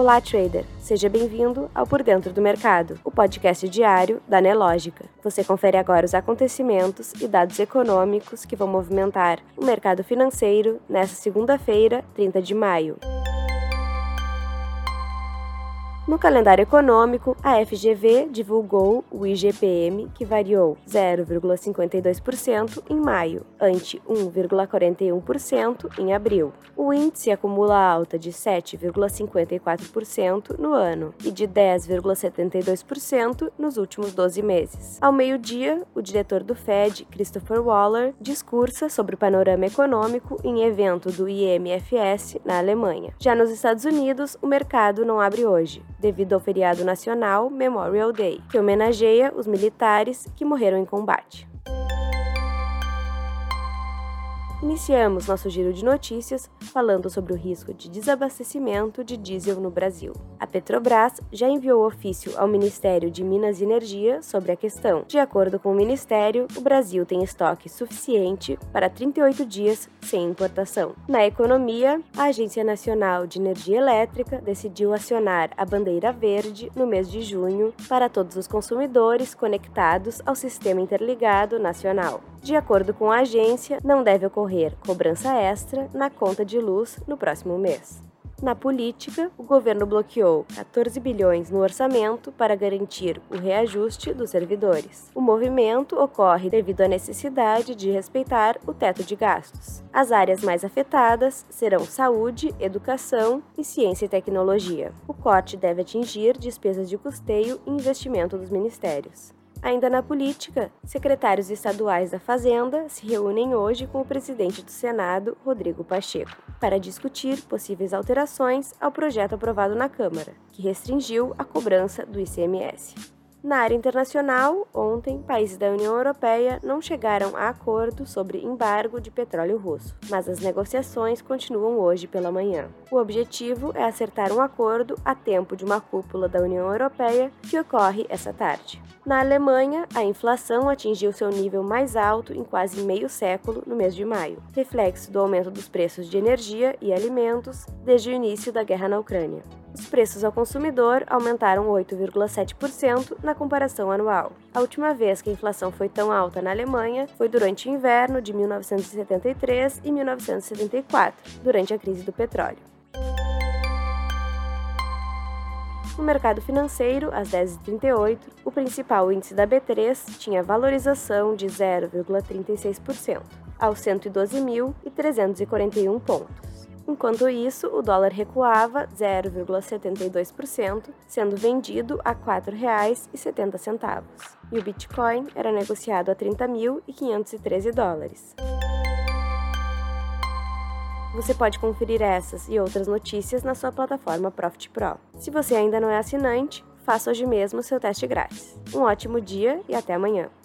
Olá, trader! Seja bem-vindo ao Por Dentro do Mercado, o podcast diário da Nelógica. Você confere agora os acontecimentos e dados econômicos que vão movimentar o mercado financeiro nesta segunda-feira, 30 de maio. No calendário econômico, a FGV divulgou o IGPM, que variou 0,52% em maio, ante 1,41% em abril. O índice acumula alta de 7,54% no ano e de 10,72% nos últimos 12 meses. Ao meio-dia, o diretor do Fed, Christopher Waller, discursa sobre o panorama econômico em evento do IMFS na Alemanha. Já nos Estados Unidos, o mercado não abre hoje, devido ao feriado nacional Memorial Day, que homenageia os militares que morreram em combate. Iniciamos nosso giro de notícias falando sobre o risco de desabastecimento de diesel no Brasil. A Petrobras já enviou ofício ao Ministério de Minas e Energia sobre a questão. De acordo com o Ministério, o Brasil tem estoque suficiente para 38 dias sem importação. Na economia, a Agência Nacional de Energia Elétrica decidiu acionar a bandeira verde no mês de junho para todos os consumidores conectados ao Sistema Interligado Nacional. De acordo com a agência, não deve ocorrer cobrança extra na conta de luz no próximo mês. Na política, o governo bloqueou 14 bilhões no orçamento para garantir o reajuste dos servidores. O movimento ocorre devido à necessidade de respeitar o teto de gastos. As áreas mais afetadas serão saúde, educação e ciência e tecnologia. O corte deve atingir despesas de custeio e investimento dos ministérios. Ainda na política, secretários estaduais da Fazenda se reúnem hoje com o presidente do Senado, Rodrigo Pacheco, para discutir possíveis alterações ao projeto aprovado na Câmara, que restringiu a cobrança do ICMS. Na área internacional, ontem, países da União Europeia não chegaram a acordo sobre embargo de petróleo russo, mas as negociações continuam hoje pela manhã. O objetivo é acertar um acordo a tempo de uma cúpula da União Europeia que ocorre essa tarde. Na Alemanha, a inflação atingiu seu nível mais alto em quase meio século no mês de maio, reflexo do aumento dos preços de energia e alimentos desde o início da guerra na Ucrânia. Os preços ao consumidor aumentaram 8,7% na comparação anual. A última vez que a inflação foi tão alta na Alemanha foi durante o inverno de 1973 e 1974, durante a crise do petróleo. No mercado financeiro, às 10h38, o principal índice da B3 tinha valorização de 0,36%, aos 112.341 pontos. Enquanto isso, o dólar recuava 0,72%, sendo vendido a R$ 4,70. E o Bitcoin era negociado a $30.513. Você pode conferir essas e outras notícias na sua plataforma Profit Pro. Se você ainda não é assinante, faça hoje mesmo seu teste grátis. Um ótimo dia e até amanhã!